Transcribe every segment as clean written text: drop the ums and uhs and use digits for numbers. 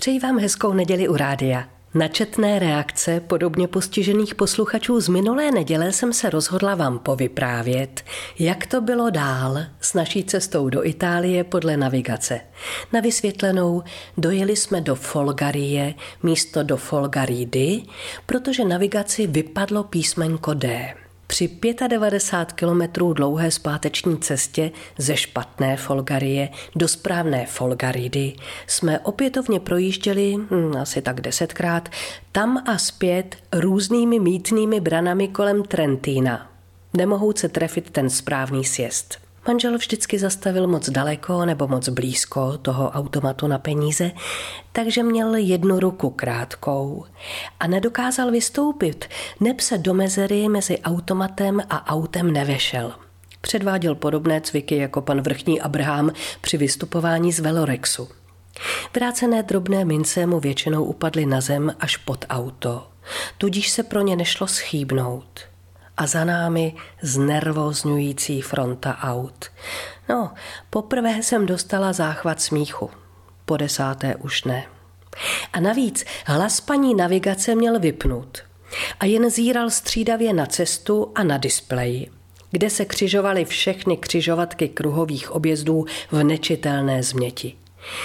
Přeji vám hezkou neděli u rádia. Na četné reakce podobně postižených posluchačů z minulé neděle jsem se rozhodla vám povyprávět, jak to bylo dál s naší cestou do Itálie podle navigace. Na vysvětlenou dojeli jsme do Folgarie místo do Folgaridy, protože navigaci vypadlo písmenko D. Při 95 kilometrů dlouhé zpáteční cestě ze špatné Folgarie do správné Folgaridy jsme opětovně projížděli asi tak 10krát tam a zpět různými mýtnými branami kolem Trentína. Nemohou se trefit ten správný sjezd. Manžel vždycky zastavil moc daleko nebo moc blízko toho automatu na peníze, takže měl jednu ruku krátkou a nedokázal vystoupit, neb se do mezery mezi automatem a autem nevešel. Předváděl podobné cviky jako pan vrchní Abraham při vystupování z velorexu. Vrácené drobné mince mu většinou upadly na zem až pod auto, tudíž se pro ně nešlo schýbnout. A za námi znervózňující fronta aut. No, poprvé jsem dostala záchvat smíchu. Po 10. už ne. A navíc hlas paní navigace měl vypnut a jen zíral střídavě na cestu a na displeji, kde se křižovaly všechny křižovatky kruhových objezdů v nečitelné změti.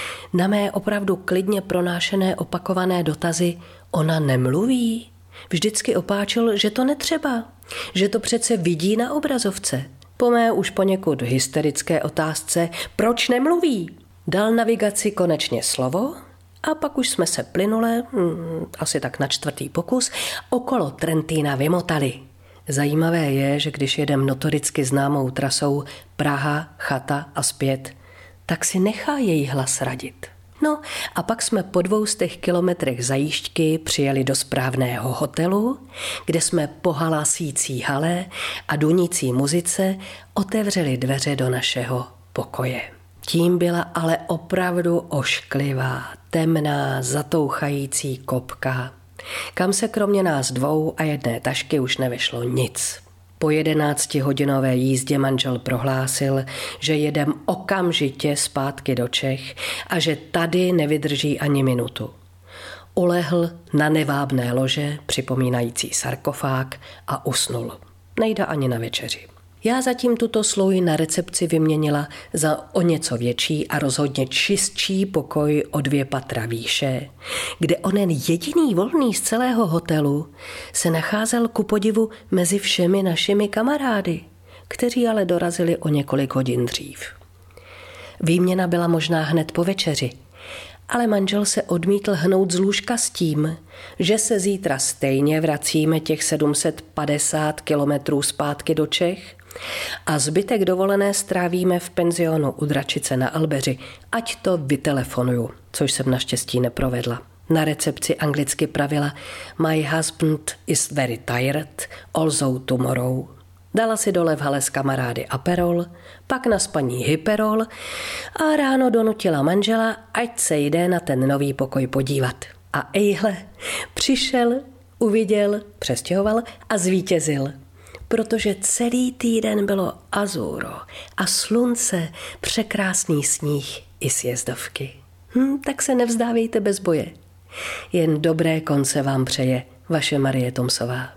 Na mé opravdu klidně pronášené opakované dotazy ona nemluví. Vždycky opáčil, že to netřeba, že to přece vidí na obrazovce. Po mé už poněkud hysterické otázce, proč nemluví, dal navigaci konečně slovo a pak už jsme se plynule, asi tak na 4. pokus, okolo Trentína vymotali. Zajímavé je, že když jedem notoricky známou trasou Praha, Chata a zpět, tak si nechá její hlas radit. No a pak jsme po 200 kilometrech zajížďky přijeli do správného hotelu, kde jsme po halasící hale a dunící muzice otevřeli dveře do našeho pokoje. Tím byla ale opravdu ošklivá, temná, zatouchající kopka, kam se kromě nás 2 a jedné tašky už nevešlo nic. Po 11hodinové jízdě manžel prohlásil, že jedem okamžitě zpátky do Čech a že tady nevydrží ani minutu. Ulehl na nevábné lože, připomínající sarkofág, a usnul. Nejde ani na večeři. Já zatím tuto sluj na recepci vyměnila za o něco větší a rozhodně čistší pokoj o 2 patra výše, kde onen jediný volný z celého hotelu se nacházel ku podivu mezi všemi našimi kamarády, kteří ale dorazili o několik hodin dřív. Výměna byla možná hned po večeři, ale manžel se odmítl hnout z lůžka s tím, že se zítra stejně vracíme těch 750 kilometrů zpátky do Čech a zbytek dovolené strávíme v penzionu u Dračice na Albeři, ať to vytelefonuju, což jsem naštěstí neprovedla. Na recepci anglicky pravila My husband is very tired, also tomorrow. Dala si dole v hale s kamarády aperol, pak na spaní hyperol a ráno donutila manžela, ať se jde na ten nový pokoj podívat. A ejhle, přišel, uviděl, přestěhoval a zvítězil. Protože celý týden bylo azuro a slunce, překrásný sníh i sjezdovky. Tak se nevzdávejte bez boje. Jen dobré konce vám přeje vaše Marie Tomsová.